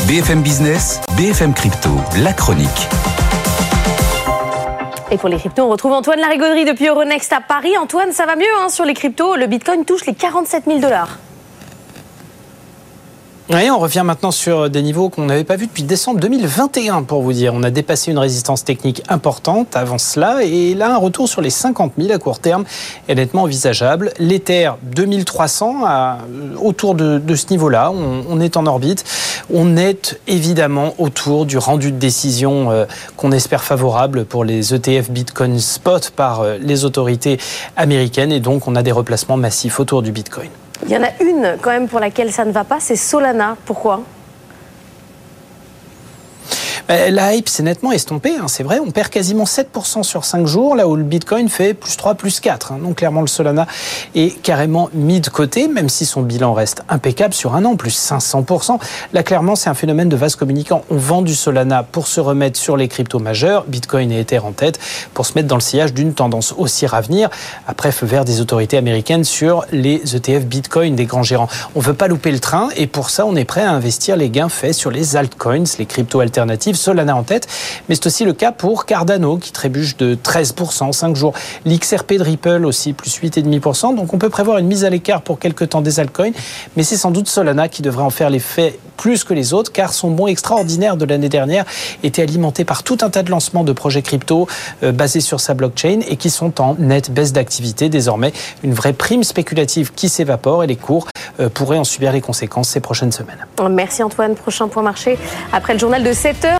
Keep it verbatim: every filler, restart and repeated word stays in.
B F M Business, B F M Crypto, la chronique. Et pour les cryptos, on retrouve Antoine Larigauderie depuis Euronext à Paris. Antoine, ça va mieux hein, sur les cryptos. Le Bitcoin touche les quarante-sept mille dollars. Oui, on revient maintenant sur des niveaux qu'on n'avait pas vus depuis décembre deux mille vingt et un, pour vous dire. On a dépassé une résistance technique importante avant cela, et là, un retour sur les cinquante mille à court terme est nettement envisageable. L'Ether, deux mille trois cents, à, autour de, de ce niveau-là, on, on est en orbite. On est évidemment autour du rendu de décision euh, qu'on espère favorable pour les E T F Bitcoin Spot par euh, les autorités américaines, et donc on a des replacements massifs autour du Bitcoin. Il y en a une quand même pour laquelle ça ne va pas, c'est Solana. Pourquoi ? La hype s'est nettement estompée, hein, c'est vrai. On perd quasiment sept pour cent sur cinq jours, là où le Bitcoin fait plus trois, plus quatre. Hein. Donc clairement, le Solana est carrément mis de côté, même si son bilan reste impeccable sur un an, plus cinq cents pour cent. Là, clairement, c'est un phénomène de vase communicant. On vend du Solana pour se remettre sur les cryptos majeurs, Bitcoin et Ether en tête, pour se mettre dans le sillage d'une tendance haussière à venir. Après, feu vert des autorités américaines sur les E T F Bitcoin des grands gérants. On ne veut pas louper le train, et pour ça, on est prêt à investir les gains faits sur les altcoins, les cryptos alternatives. Solana en tête, mais c'est aussi le cas pour Cardano qui trébuche de treize pour cent en cinq jours. L'X R P de Ripple aussi, plus huit virgule cinq pour cent. Donc on peut prévoir une mise à l'écart pour quelques temps des altcoins, mais c'est sans doute Solana qui devrait en faire l'effet plus que les autres, car son bond extraordinaire de l'année dernière était alimenté par tout un tas de lancements de projets crypto euh, basés sur sa blockchain et qui sont en nette baisse d'activité. Désormais, une vraie prime spéculative qui s'évapore, et les cours euh, pourraient en subir les conséquences ces prochaines semaines. Merci Antoine. Prochain point marché après le journal de sept heures.